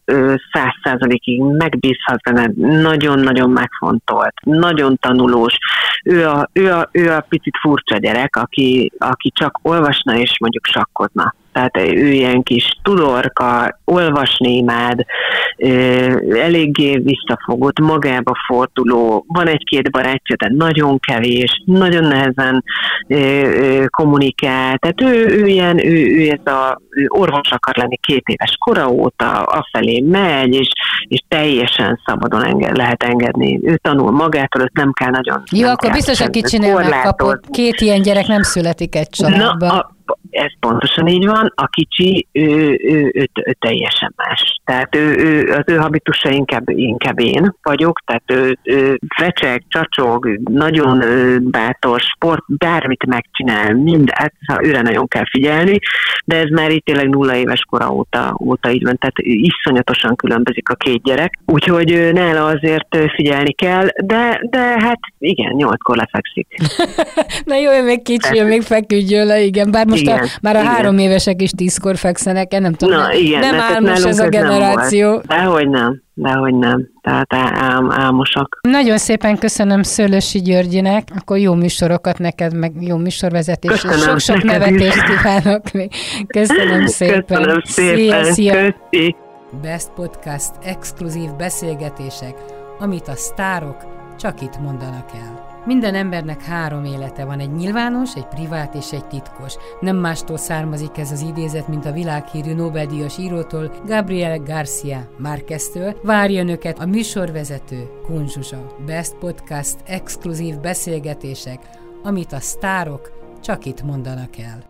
100%-ig megbízhatsz benne, nagyon-nagyon megfontolt, nagyon tanulós. Ő a picit furcsa gyerek, aki csak olvasna és mondjuk sakkozna. Tehát ő ilyen kis tudorka, olvasni imád, eléggé visszafogott, magába forduló, van egy-két barátja, de nagyon kevés, nagyon nehezen kommunikál. Tehát ő orvos akar lenni 2 éves kora óta, afelé megy, és teljesen szabadon lehet engedni. Ő tanul magától, őt nem kell nagyon... Jó, akkor biztos a kicsinél megkapott. 2 ilyen gyerek nem születik egy családban. Ez pontosan így van, a kicsi, ő teljesen más. Tehát az ő habitusa inkább én vagyok, tehát ő fecseg, csacsog, nagyon bátor, sport, bármit megcsinál, mindent, őre nagyon kell figyelni, de ez már itt tényleg 0 éves kora óta így van, tehát iszonyatosan különbözik a 2 gyerek, úgyhogy nála azért figyelni kell, de hát igen, 8-kor lefekszik. Na jó, ő még kicsi, még feküdjön le, igen, bár most már a 3 évesek is 10-kor fekszenek, én nem tudom, nem álmos ez a generáció. Dehogy nem. Tehát álmosak. Nagyon szépen köszönöm Szőlősi Györgyinek, akkor jó műsorokat neked, meg jó műsorvezetést, és sok-sok nevetést kívánok még. Köszönöm szépen. Köszönöm szépen. Szia. Köszi. Best Podcast exkluzív beszélgetések, amit a sztárok csak itt mondanak el. Minden embernek 3 élete van, egy nyilvános, egy privát és egy titkos. Nem mástól származik ez az idézet, mint a világhírű Nobel-díjas írótól, Gabriel García Márqueztől. Várja önöket a műsorvezető, Kun Zsuzsa. Best Podcast exkluzív beszélgetések, amit a sztárok csak itt mondanak el.